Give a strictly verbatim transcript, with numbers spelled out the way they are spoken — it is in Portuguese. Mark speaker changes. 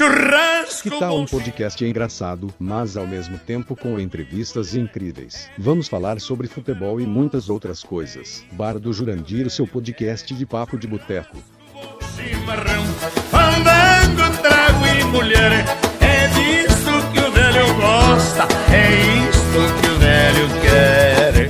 Speaker 1: churrasco.
Speaker 2: Que tal um podcast engraçado, mas ao mesmo tempo com entrevistas incríveis? Vamos falar sobre futebol e muitas outras coisas. Bar do Jurandir, o seu podcast de papo de boteco.
Speaker 1: Chimarrão, fandango, trago e mulher.